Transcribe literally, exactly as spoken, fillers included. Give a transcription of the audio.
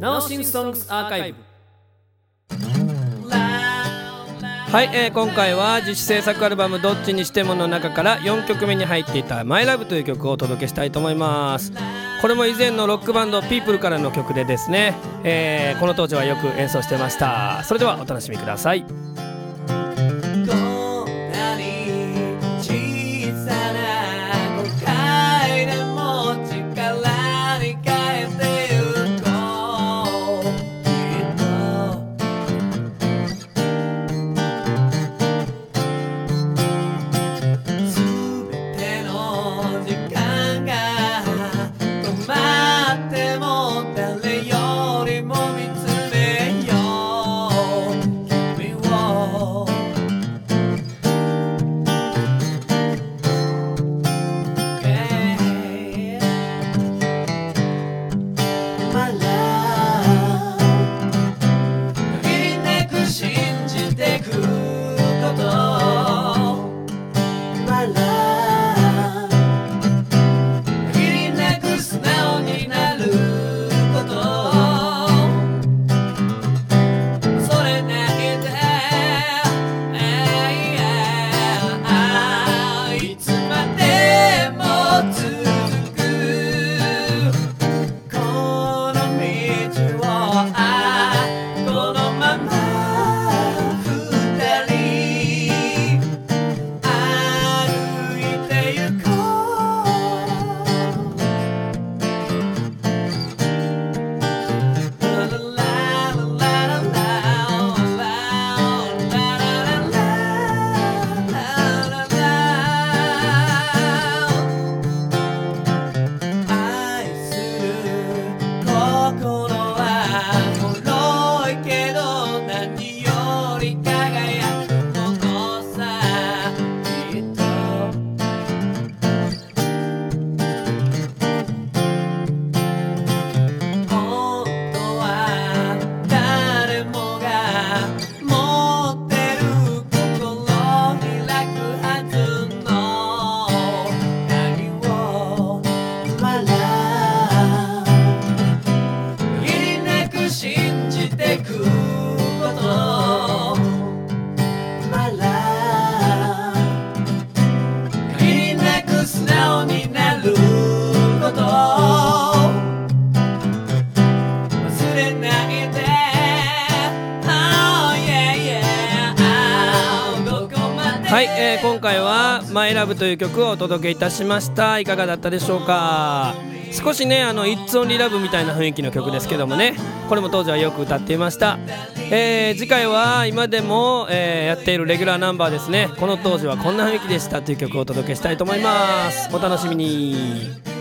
ナオシンソングスアーカイブ。 はい、えー、今回は自主制作アルバムどっちにしてもの中からよんきょくめに入っていた マイラブ という曲をお届けしたいと思います。これも以前のロックバンド ピープル からの曲でですね、えー、この当時はよく演奏してました。それではお楽しみください。はい、えー、今回はマイラブという曲をお届けいたしました。いかがだったでしょうか。少しね、あの It's Only Love みたいな雰囲気の曲ですけどもね、これも当時はよく歌っていました。えー、次回は今でも、えー、やっているレギュラーナンバーですね。この当時はこんな雰囲気でしたという曲をお届けしたいと思います。お楽しみに。